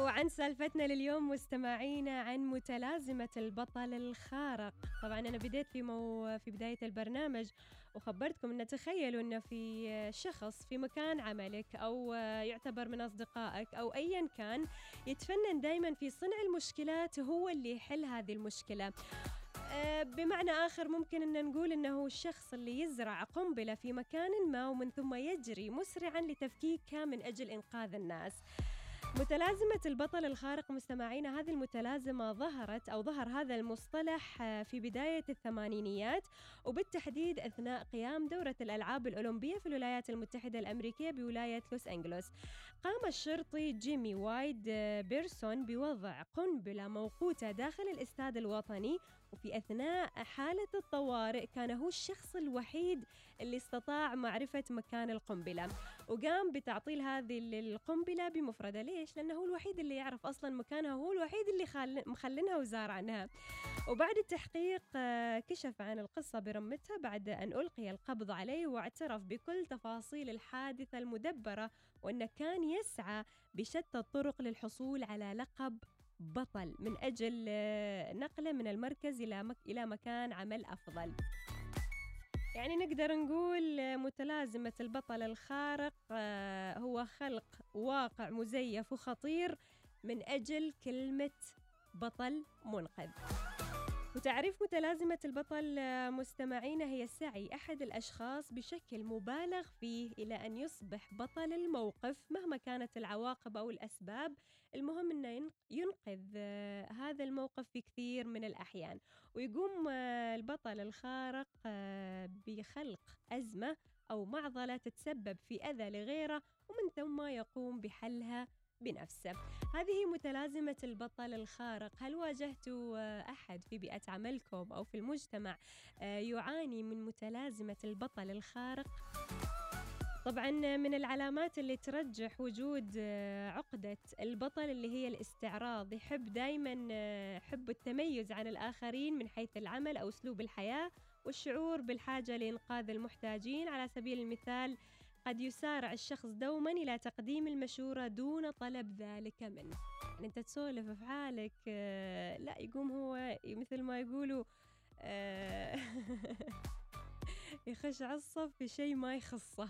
وعن سالفتنا لليوم مستمعينا عن متلازمة البطل الخارق. طبعا أنا بديت في مو في بداية البرنامج وخبرتكم أن تخيلوا أن في شخص في مكان عملك أو يعتبر من أصدقائك أو أيا كان يتفنن دايما في صنع المشكلات، هو اللي يحل هذه المشكلة. بمعنى آخر ممكن أن نقول أنه الشخص اللي يزرع قنبلة في مكان ما ومن ثم يجري مسرعا لتفكيكها من أجل إنقاذ الناس. متلازمة البطل الخارق مستمعينا، هذه المتلازمة ظهرت أو ظهر هذا المصطلح في بداية الثمانينيات، وبالتحديد أثناء قيام دورة الألعاب الأولمبية في الولايات المتحدة الأمريكية بولاية لوس أنجلوس. قام الشرطي جيمي وايد بيرسون بوضع قنبلة موقوتة داخل الاستاد الوطني، وفي أثناء حالة الطوارئ كان هو الشخص الوحيد اللي استطاع معرفة مكان القنبلة، وقام بتعطيل هذه القنبلة بمفردة. ليش؟ لأنه هو الوحيد اللي يعرف أصلاً مكانها، هو الوحيد اللي خال... مخلنها وزار عنها. وبعد التحقيق كشف عن القصة برمتها بعد أن ألقي القبض عليه، واعترف بكل تفاصيل الحادثة المدبرة، وأنه كان يسعى بشتى الطرق للحصول على لقب بطل من أجل نقله من المركز إلى مك... إلى مكان عمل أفضل. يعني نقدر نقول متلازمة البطل الخارق هو خلق واقع مزيف وخطير من أجل كلمة بطل منقذ. وتعريف متلازمة البطل مستمعينا هي سعي أحد الأشخاص بشكل مبالغ فيه إلى أن يصبح بطل الموقف مهما كانت العواقب أو الأسباب. المهم أنه ينقذ هذا الموقف في كثير من الأحيان، ويقوم البطل الخارق بخلق أزمة أو معضلة تتسبب في أذى لغيره، ومن ثم يقوم بحلها بنفسه. هذه متلازمة البطل الخارق. هل واجهتوا أحد في بيئة عملكم أو في المجتمع يعاني من متلازمة البطل الخارق؟ طبعا من العلامات اللي ترجح وجود عقدة البطل اللي هي الاستعراض. يحب دايما حب التميز عن الآخرين من حيث العمل أو أسلوب الحياة، والشعور بالحاجة لإنقاذ المحتاجين. على سبيل المثال قد يسارع الشخص دوما إلى تقديم المشورة دون طلب ذلك منه. يعني أنت تسولف في حالك لا يقوم هو مثل ما يقولوا يخش عصب في شيء ما يخصه.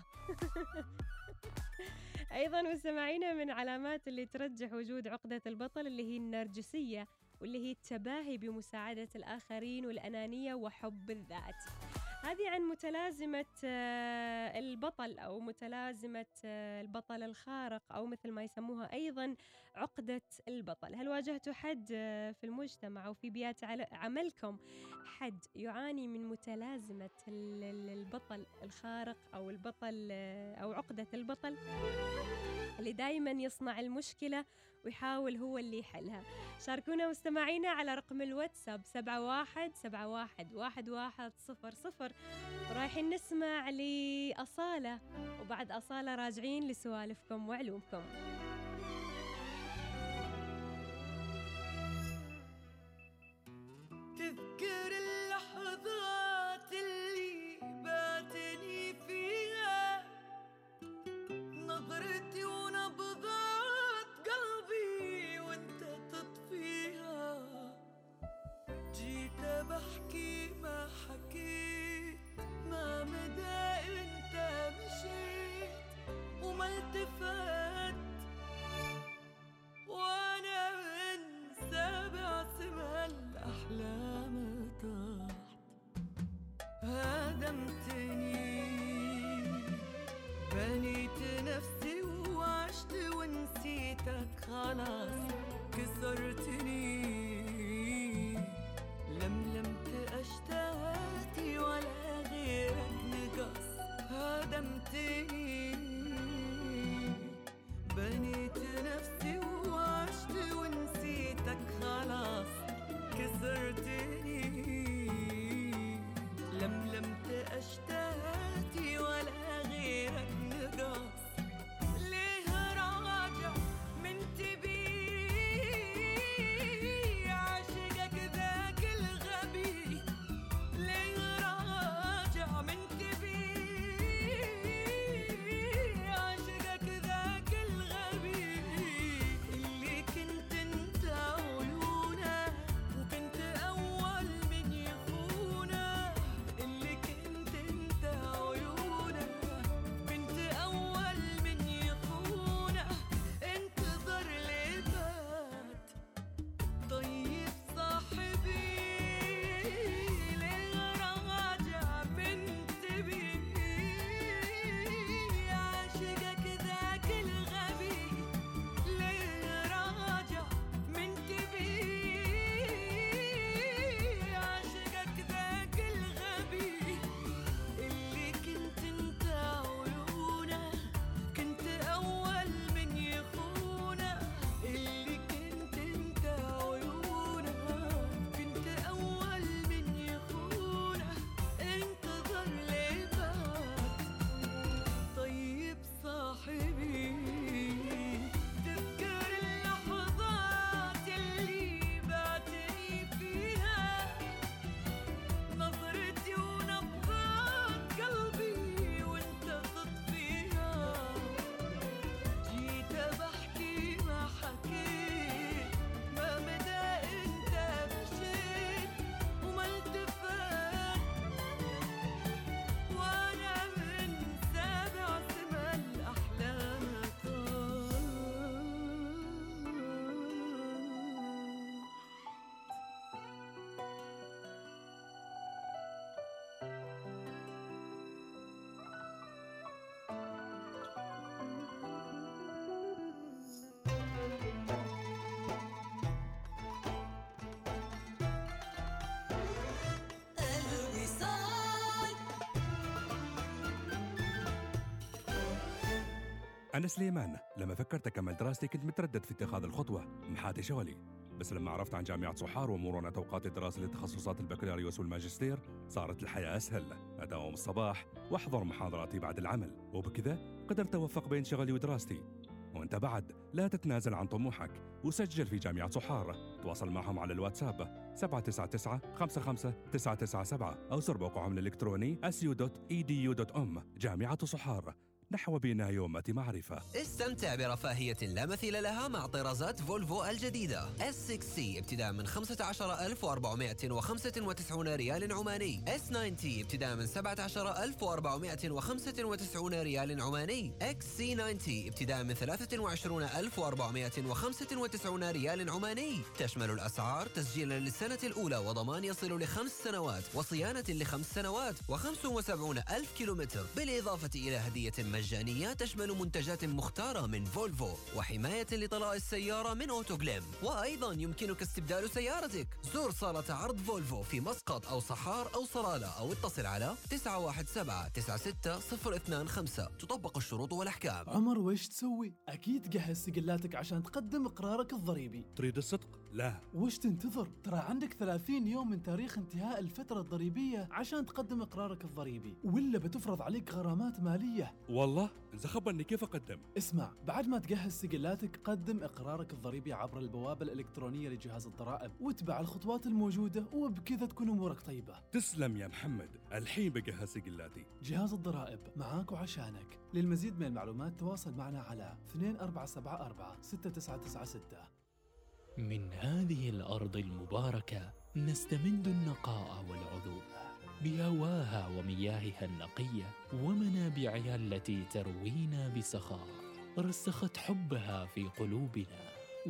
أيضا مستمعينا من علامات اللي ترجح وجود عقدة البطل اللي هي النرجسية، واللي هي التباهي بمساعدة الآخرين والأنانية وحب الذات. هذه عن متلازمة البطل أو متلازمة البطل الخارق أو مثل ما يسموها أيضا عقدة البطل. هل واجهتوا حد في المجتمع أو في بيئة عملكم حد يعاني من متلازمة البطل الخارق أو البطل أو عقدة البطل اللي دايما يصنع المشكلة ويحاول هو اللي يحلها؟ شاركونا مستمعينا على رقم الواتساب سبعة واحد سبعة واحد واحد واحد صفر صفر. رايحين نسمع لأصالة، وبعد أصالة راجعين لسوالفكم وعلومكم. تذكر اللحظات اللي باتني فيها، نظرتي ونبضات قلبي وانت تطفيها. جيت بحكي ما حكيت، ما مدى انت مشيت وما التفت أنا سليمان. لما فكرت أكمل دراستي كنت متردد في اتخاذ الخطوة محاتي شغلي، بس لما عرفت عن جامعة صحار ومرونة أوقات الدراسة لتخصصات البكالوريوس والماجستير صارت الحياة أسهل. أداوم الصباح وأحضر محاضراتي بعد العمل، وبكذا قدرت أوفق بين شغلي ودراستي. وأنت بعد لا تتنازل عن طموحك وسجل في جامعة صحار. تواصل معهم على الواتساب سبعة تسعة تسعة خمسة خمسة تسعة تسعة سبعة أو زر موقعهم الإلكتروني اس يو دوت اي دي يو دوت ام. جامعة صحار، نحو بنا يومة معرفة. استمتع برفاهية لا مثيل لها مع طرازات فولفو الجديدة إس ستة سي ابتداء من خمسة عشر ألف وأربعمائة وخمسة وتسعين ريال عماني، إس تسعين ابتداء من سبعة عشر ألف وأربعمائة وخمسة وتسعين ريال عماني، إكس سي تسعين ابتداء من ثلاثة وعشرين ألف وأربعمائة وخمسة وتسعين ريال عماني. تشمل الأسعار تسجيلا للسنة الأولى وضمان يصل لخمس سنوات وصيانة لخمس سنوات وخمس وسبعين ألف كيلومتر، بالإضافة إلى هدية مجانية تشمل منتجات مختارة من فولفو وحماية لطلاء السيارة من أوتوغليم. وأيضا يمكنك استبدال سيارتك. زور صالة عرض فولفو في مسقط أو صحار أو صلالة أو اتصل على تسعة واحد سبعة تسعة ستة صفر اثنان خمسة. تطبق الشروط والأحكام. عمر، وش تسوي؟ أكيد جهز سجلاتك عشان تقدم إقرارك الضريبي. تريد الصدق؟ لا. وش تنتظر؟ ترى عندك ثلاثين يوم من تاريخ انتهاء الفترة الضريبية عشان تقدم إقرارك الضريبي، ولا بتفرض عليك غرامات مالية. والله إذا خبرني كيف أقدم. اسمع، بعد ما تجهز سجلاتك قدم إقرارك الضريبي عبر البوابة الإلكترونية لجهاز الضرائب واتبع الخطوات الموجودة، وبكذا تكون أمورك طيبة. تسلم يا محمد، الحين بجهز سجلاتي. جهاز الضرائب معاك وعشانك. للمزيد من المعلومات تواصل معنا على اثنين أربعة سبعة أربعة ستة تسعة تسعة ستة. من هذه الأرض المباركة نستمد النقاء والعذوبة بهواها ومياهها النقية ومنابعها التي تروينا بسخاء. رسخت حبها في قلوبنا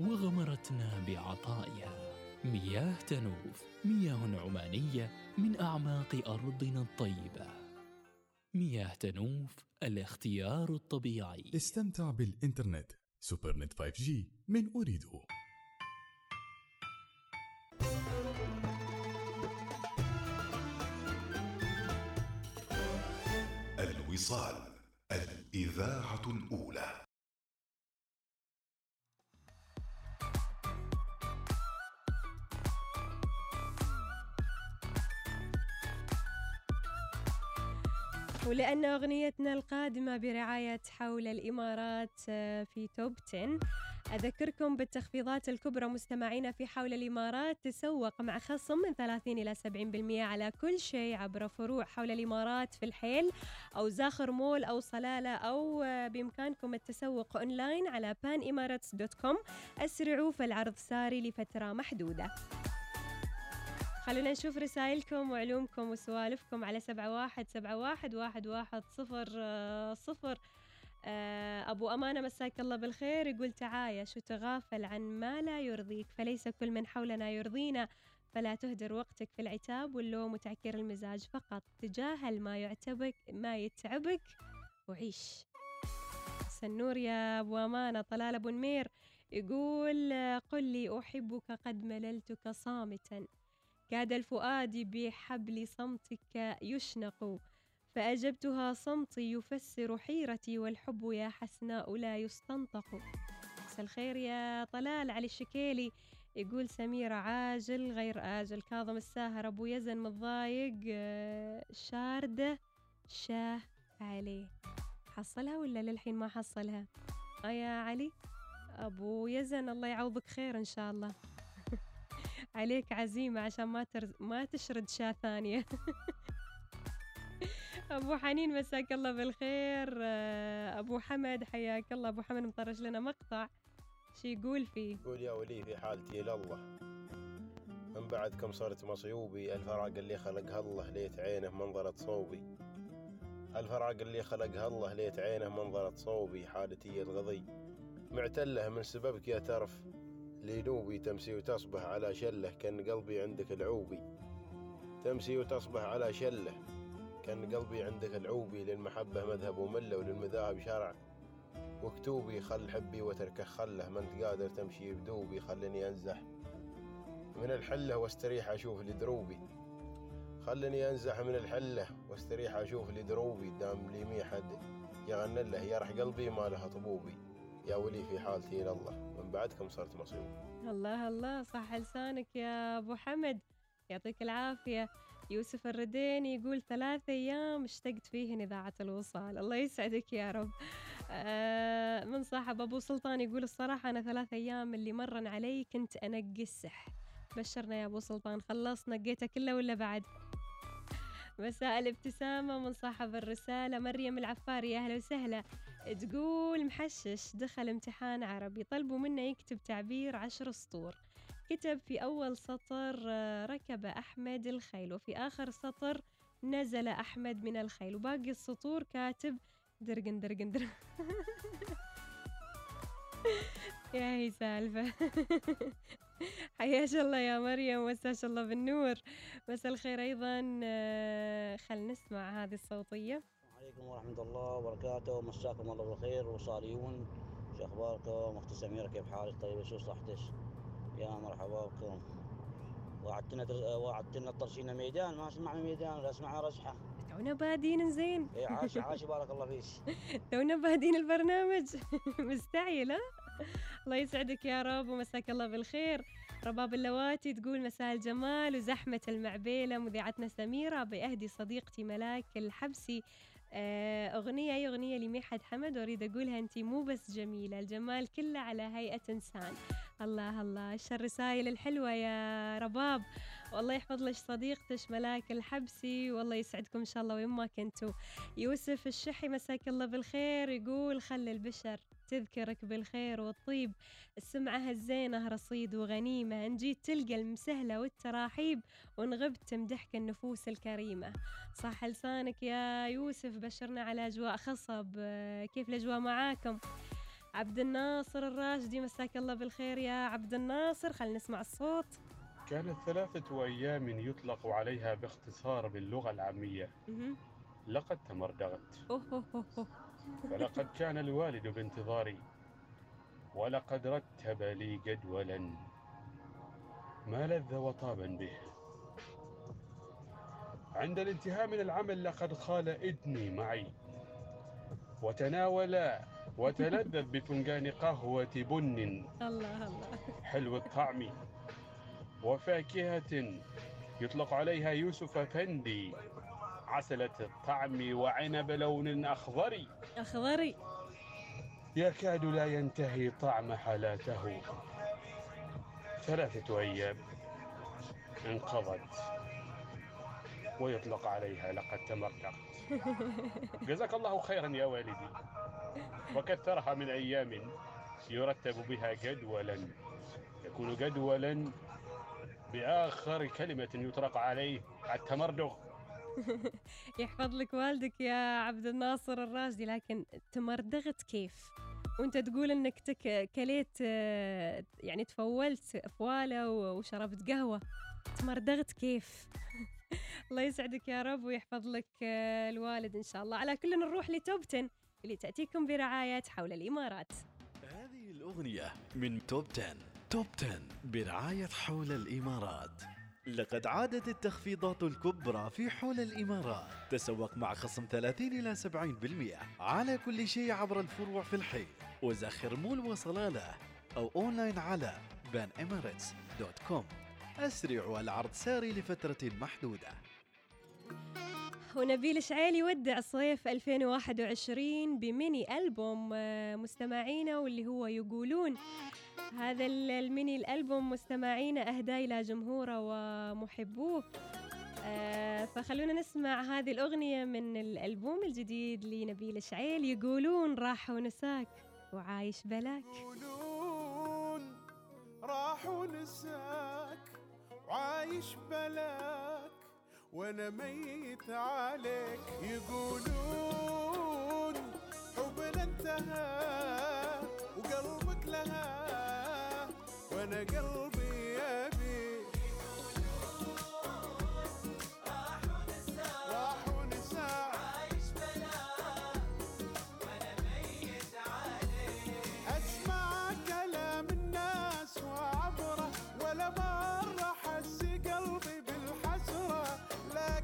وغمرتنا بعطائها. مياه تنوف، مياه عمانية من أعماق أرضنا الطيبة. مياه تنوف، الاختيار الطبيعي. استمتع بالإنترنت سوبر نت فايف جي من أريدو. الوصال، الإذاعة الأولى. ولأن أغنيتنا القادمة برعاية حول الإمارات في توب عشرة، أذكركم بالتخفيضات الكبرى مستمعينا في حول الإمارات. تسوق مع خصم من ثلاثين إلى سبعين بالمئة على كل شيء عبر فروع حول الإمارات في الحيل أو زاخر مول أو صلالة، أو بإمكانكم التسوق أونلاين على بان إماراتس دوت كوم. أسرعوا فالعرض ساري لفترة محدودة. خلونا نشوف رسائلكم وعلومكم وسوالفكم على سبعة واحد سبعة واحد واحد واحد صفر صفر. أبو أمانة مساك الله بالخير يقول تعايش وتغافل عن ما لا يرضيك، فليس كل من حولنا يرضينا، فلا تهدر وقتك في العتاب واللوم وتعكير المزاج، فقط تجاهل ما يعتبك ما يتعبك وعيش. سنور يا أبو أمانة. طلال أبو نمير يقول قل لي أحبك قد مللتك صامتا، كاد الفؤاد بحبل صمتك يشنق، فأجبتها صمتي يفسر حيرتي، والحب يا حسناء لا يستنطق. مساء الخير يا طلال. علي الشكيلي يقول سميرة عاجل غير آجل. كاظم الساهر أبو يزن متضايق شاردة شاه عليه. حصلها ولا للحين ما حصلها؟ آه يا علي أبو يزن الله يعوضك خير إن شاء الله. عليك عزيمة عشان ما ترز... ما تشرد شاة ثانية. أبو حنين مساك الله بالخير. أبو حمد حياك الله. أبو حمد مطرش لنا مقطع شي يقول فيه؟ يقول يا ولي في حالتي لله، من بعدكم صرت مصيوبي، الفراق اللي خلقها الله ليت عينه منظرت صوبي، الفراق اللي خلقها الله ليت عينه منظرت صوبي، حالتي الغضي معتله من سببك يا ترف، لينوبي تمسي وتصبح على شله، كان قلبي عندك العوبي، تمسي وتصبح على شله كان قلبي عندك العوبي، للمحبة مذهب وملة وللمذاهب شرع وكتوبي، خل حبي وتركه خله، ما انت قادر تمشي بدوبي، خلني انزح من الحلة واستريح اشوف لدروبي، خلني أنزح من الحلة واستريح أشوف لي دروبي دام لي مي حد يغنى له يرح قلبي ما لها طبوبي يا ولي في حالتي إلى الله من بعدكم صرت مصيوب. الله الله صح لسانك يا أبو حمد يعطيك العافية. يوسف الرديني يقول ثلاث أيام اشتقت فيهن إذاعة الوصال. الله يسعدك يا رب. آه من صاحب أبو سلطان يقول الصراحة أنا ثلاث أيام اللي مرن علي كنت أنقي السح. بشرنا يا أبو سلطان خلص نقيته كله ولا بعد؟ مساء الابتسامة من صاحب الرسالة مريم العفاري أهلا وسهلا. تقول محشش دخل امتحان عربي طلبوا منه يكتب تعبير عشر سطور. كتب في أول سطر ركب أحمد الخيل وفي آخر سطر نزل أحمد من الخيل وباقي السطور كاتب درقن درقن درقن. يا هي سالفة. حياش الله يا مريم ومساش الله بالنور. مساء الخير أيضا. خل نسمع هذه الصوتية. عليكم ورحمة الله وبركاته مساكم الله بالخير وصاليون. شو أخباركم أختي سميرة كيف حالك طيبة شو صحتك يا مرحبا بكم. وعدتنا وعدتنا ترشينا ميدان ما اسمع ميدان ولا اسمع رجحة. تونا بادين زين. اي عاش عاش بارك الله فيك. تونا بادين البرنامج. مستعجلة. الله يسعدك يا رب ومساك الله بالخير. رباب اللواتي تقول مساء الجمال وزحمة المعبيلة مذيعتنا سميرة بأهدي صديقتي ملاك الحبسي أغنية أي أغنية لميحد حمد وأريد أقولها أنتي مو بس جميلة الجمال كله على هيئة إنسان. الله الله إيش الرسائل الحلوة يا رباب. والله يحفظ لك صديقتش ملاك الحبسي والله يسعدكم إن شاء الله وين ما كنتوا. يوسف الشحي مساك الله بالخير يقول خلي البشر تذكرك بالخير والطيب السمعة الزينة رصيد وغنيمة إن جيت تلقى المسهلة والتراحيب وإن غبت تمدحك النفوس الكريمة. صح لسانك يا يوسف. بشرنا على أجواء خصب كيف الأجواء معاكم؟ عبد الناصر الراشدي مساك الله بالخير يا عبد الناصر. خلنا نسمع الصوت. كانت ثلاثة أيام يطلق عليها باختصار باللغة العامية. لقد تمردغت فلقد كان الوالد بانتظاري ولقد رتب لي جدولا ما لذ وطابا به. عند الانتهاء من العمل لقد خال إذني معي وتناول وتلذذ بفنجان قهوة بن الله الله حلو الطعم وفاكهة يطلق عليها يوسف أفندي عسلة الطعم وعنب لون أخضري أخضري يكاد لا ينتهي طعم حالاته. ثلاثة أيام انقضت ويطلق عليها لقد تمردغت. جزاك الله خيرا يا والدي وكثرها من أيام يرتب بها جدولا يكون جدولا بآخر كلمة يطلق عليه التمردغ. يحفظ لك والدك يا عبد الناصر الراشدي. لكن تمردغت كيف وانت تقول انك تك كليت يعني تفولت فوالة وشربت قهوة تمردغت كيف؟ الله يسعدك يا رب ويحفظ لك الوالد إن شاء الله. على كل نروح لتوب عشرة اللي تأتيكم برعاية حول الإمارات. هذه الأغنية من توب عشرة. توب عشرة برعاية حول الإمارات. لقد عادت التخفيضات الكبرى في حول الإمارات. تسوق مع خصم ثلاثين إلى سبعين بالمئة على كل شيء عبر الفروع في الحي وزخر مول وصلالة أو أونلاين على بان إماراتس دوت كوم. أسرع العرض ساري لفترة محدودة. ونبيل شعيل يودع صيف ألفين وواحد وعشرين بميني ألبوم مستمعينا واللي هو يقولون. هذا الميني الألبوم مستمعينا أهدى إلى جمهوره ومحبوه. آه فخلونا نسمع هذه الأغنية من الألبوم الجديد لنبيل شعيل. يقولون راح ونساك وعايش بلاك. يقولون راح ونساك وعايش بلاك وانا ميت عليك. يقولون حبنا انتهى وقلبك لها وانا قلبي يبيك. راح ونساك راح ونساك عايش بلاك وانا ميت عليك. اسمع كلام الناس وعبره ولا مرة حس قلبي بالحسرة لكن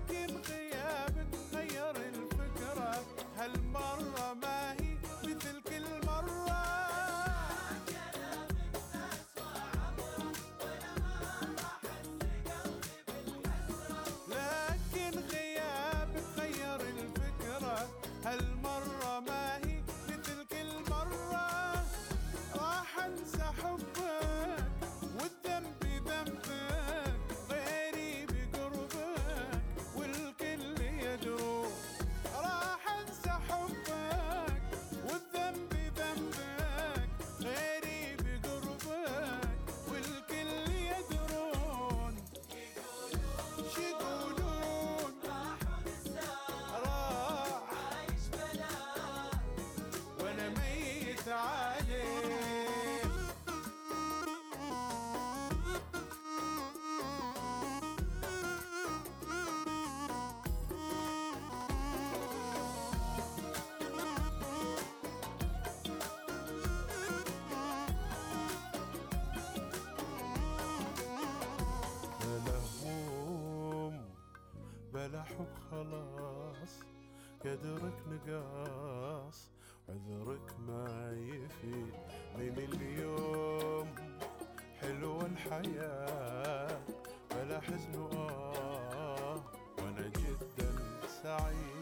هالمرة ما هي مثل كل مرة، راح انسى حبك والذنب ذنبك، غيري بقربك والكل يدرون. راح انسى حبك والذنب ذنبك، غيري بقربك والكل يدرون. شو يقولون راح عايش بلا وانا ميت عليه. بلا هموم بلا حب خلاص، قدرك نقاص، عذرك ما يفيد من اليوم. حلوة الحياة بلا حزن وآه، وأنا جدا سعيد